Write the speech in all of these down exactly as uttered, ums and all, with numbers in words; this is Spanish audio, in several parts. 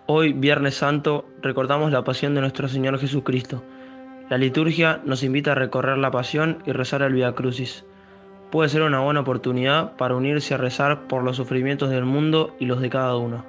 Hoy, Viernes Santo, recordamos la pasión de nuestro Señor Jesucristo. La liturgia nos invita a recorrer la pasión y rezar el Vía Crucis. Puede ser una buena oportunidad para unirse a rezar por los sufrimientos del mundo y los de cada uno.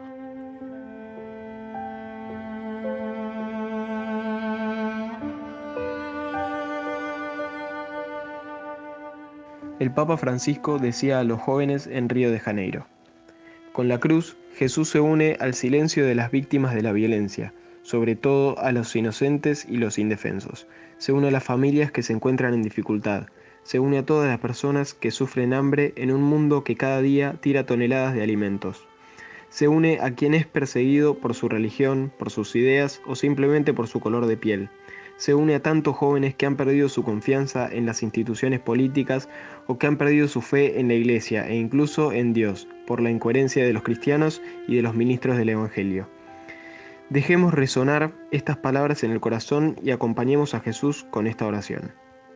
El Papa Francisco decía a los jóvenes en Río de Janeiro: con la cruz, Jesús se une al silencio de las víctimas de la violencia, sobre todo a los inocentes y los indefensos. Se une a las familias que se encuentran en dificultad. Se une a todas las personas que sufren hambre en un mundo que cada día tira toneladas de alimentos. Se une a quien es perseguido por su religión, por sus ideas o simplemente por su color de piel. Se une a tantos jóvenes que han perdido su confianza en las instituciones políticas o que han perdido su fe en la Iglesia e incluso en Dios, por la incoherencia de los cristianos y de los ministros del Evangelio. Dejemos resonar estas palabras en el corazón y acompañemos a Jesús con esta oración.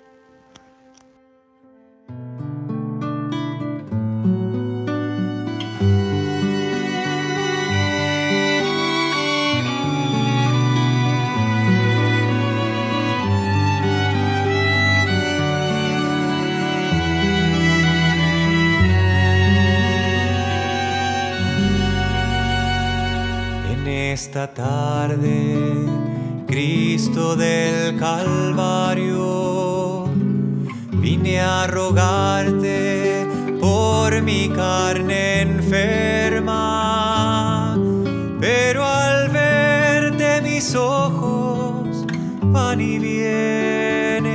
Esta tarde, Cristo del Calvario, vine a rogarte por mi carne enferma, pero al verte mis ojos van y vienen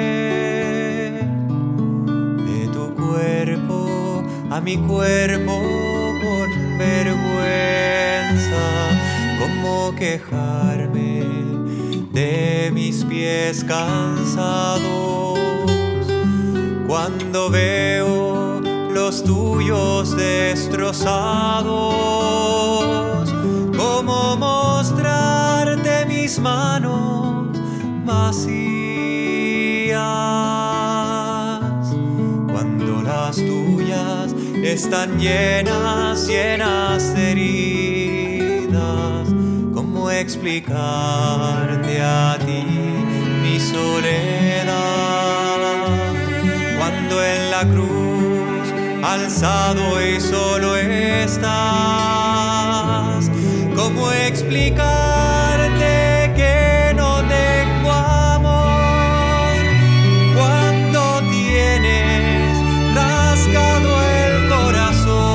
de tu cuerpo a mi cuerpo con vergüenza. ¿Cómo quejarme de mis pies cansados cuando veo los tuyos destrozados? ¿Cómo mostrarte mis manos vacías cuando las tuyas están llenas, llenas de heridas? ¿Cómo explicarte a ti mi soledad cuando en la cruz alzado y solo estás? ¿Cómo explicarte que no tengo amor cuando tienes rasgado el corazón?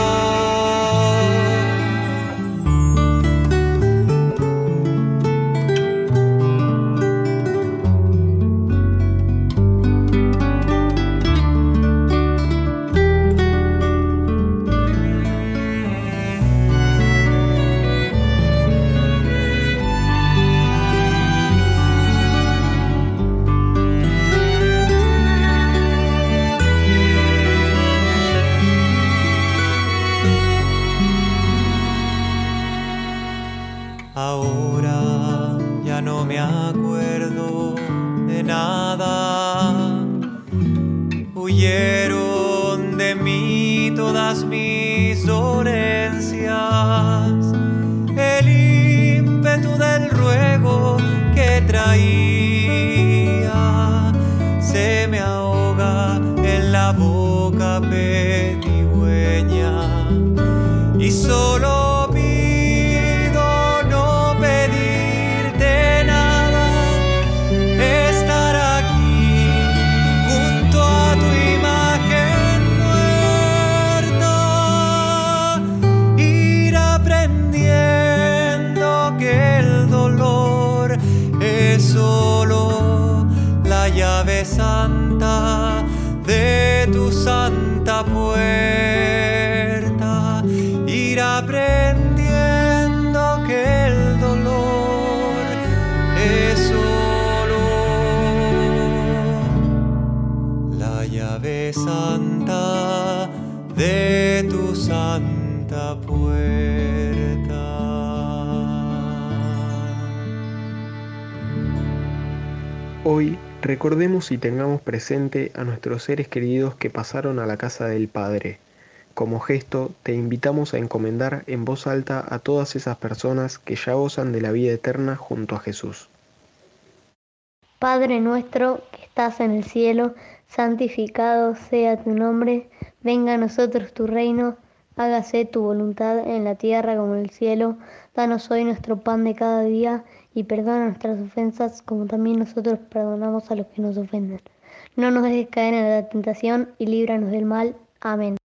Ahora ya no me acuerdo de nada. Huyeron de mí todas mis dolencias. El ímpetu del ruego que traía se me ahoga en la boca pedigüeña y solo solo la llave santa de tu santa puerta, ir aprendiendo que el dolor es solo la llave santa de tu santa puerta. Hoy recordemos y tengamos presente a nuestros seres queridos que pasaron a la casa del Padre, como gesto, te invitamos a encomendar en voz alta a todas esas personas que ya gozan de la vida eterna junto a Jesús. Padre nuestro que estás en el cielo, santificado sea tu nombre, venga a nosotros tu reino, hágase tu voluntad en la tierra como en el cielo. Danos hoy nuestro pan de cada día y perdona nuestras ofensas como también nosotros perdonamos a los que nos ofenden. No nos dejes caer en la tentación y líbranos del mal. Amén.